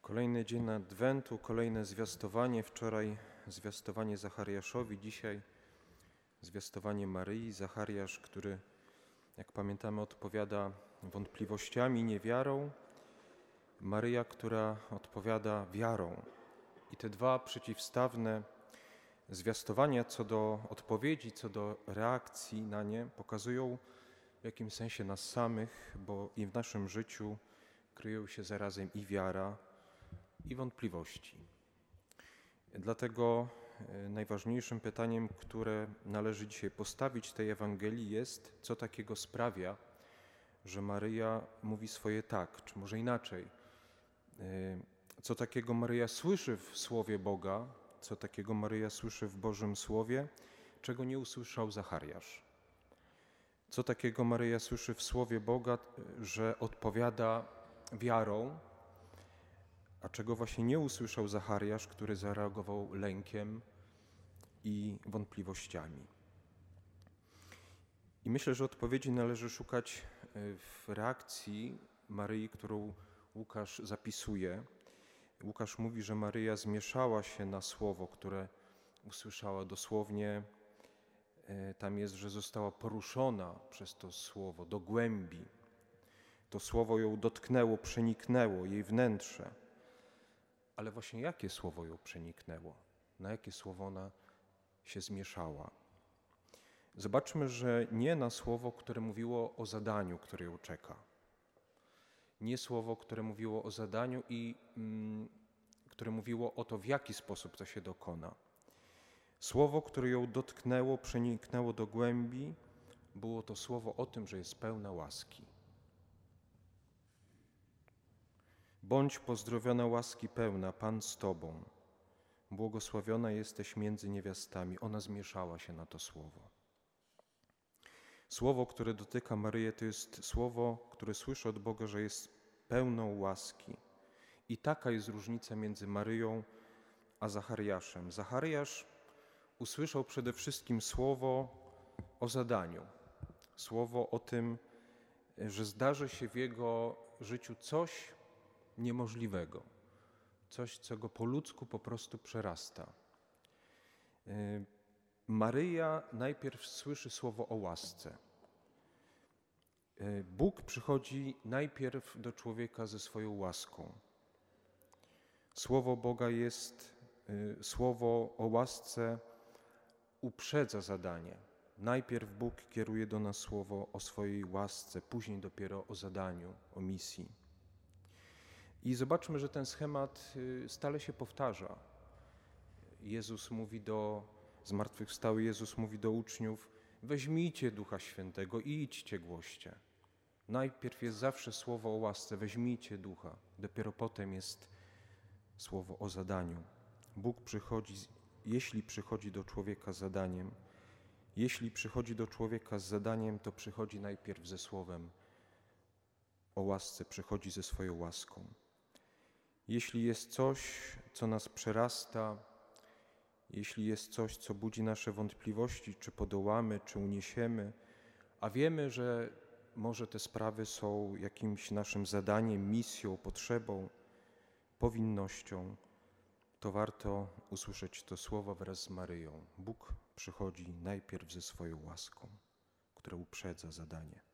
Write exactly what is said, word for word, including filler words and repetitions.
Kolejny dzień Adwentu, kolejne zwiastowanie. Wczoraj zwiastowanie Zachariaszowi, dzisiaj zwiastowanie Maryi. Zachariasz, który, jak pamiętamy, odpowiada wątpliwościami, niewiarą. Maryja, która odpowiada wiarą. I te dwa przeciwstawne zwiastowania co do odpowiedzi, co do reakcji na nie pokazują w jakimś sensie nas samych, bo i w naszym życiu kryją się zarazem i wiara, i wątpliwości. Dlatego najważniejszym pytaniem, które należy dzisiaj postawić tej Ewangelii jest, co takiego sprawia, że Maryja mówi swoje tak, czy może inaczej. Co takiego Maryja słyszy w Słowie Boga, co takiego Maryja słyszy w Bożym Słowie, czego nie usłyszał Zachariasz. Co takiego Maryja słyszy w Słowie Boga, że odpowiada wiarą, a czego właśnie nie usłyszał Zachariasz, który zareagował lękiem i wątpliwościami. I myślę, że odpowiedzi należy szukać w reakcji Maryi, którą Łukasz zapisuje. Łukasz mówi, że Maryja zmieszała się na słowo, które usłyszała. Dosłownie tam jest, że została poruszona przez to słowo do głębi. To słowo ją dotknęło, przeniknęło jej wnętrze. Ale właśnie jakie słowo ją przeniknęło? Na jakie słowo ona się zmieszała? Zobaczmy, że nie na słowo, które mówiło o zadaniu, które ją czeka. Nie słowo, które mówiło o zadaniu i mm, które mówiło o to, w jaki sposób to się dokona. Słowo, które ją dotknęło, przeniknęło do głębi, było to słowo o tym, że jest pełna łaski. Bądź pozdrowiona łaski pełna, Pan z Tobą. Błogosławiona jesteś między niewiastami. Ona zmieszała się na to słowo. Słowo, które dotyka Maryję, to jest słowo, które słyszy od Boga, że jest pełną łaski. I taka jest różnica między Maryją a Zachariaszem. Zachariasz usłyszał przede wszystkim słowo o zadaniu. Słowo o tym, że zdarzy się w jego życiu coś niemożliwego. Coś, co go po ludzku po prostu przerasta. Maryja najpierw słyszy słowo o łasce. Bóg przychodzi najpierw do człowieka ze swoją łaską. Słowo Boga jest, słowo o łasce uprzedza zadanie. Najpierw Bóg kieruje do nas słowo o swojej łasce, później dopiero o zadaniu, o misji. I zobaczmy, że ten schemat stale się powtarza. Jezus mówi do, zmartwychwstały Jezus mówi do uczniów: weźmijcie Ducha Świętego i idźcie głoście. Najpierw jest zawsze słowo o łasce, weźmijcie Ducha. Dopiero potem jest słowo o zadaniu. Bóg przychodzi, jeśli przychodzi do człowieka z zadaniem, jeśli przychodzi do człowieka z zadaniem, to przychodzi najpierw ze słowem o łasce, przychodzi ze swoją łaską. Jeśli jest coś, co nas przerasta, jeśli jest coś, co budzi nasze wątpliwości, czy podołamy, czy uniesiemy, a wiemy, że może te sprawy są jakimś naszym zadaniem, misją, potrzebą, powinnością, to warto usłyszeć to słowo wraz z Maryją. Bóg przychodzi najpierw ze swoją łaską, która uprzedza zadanie.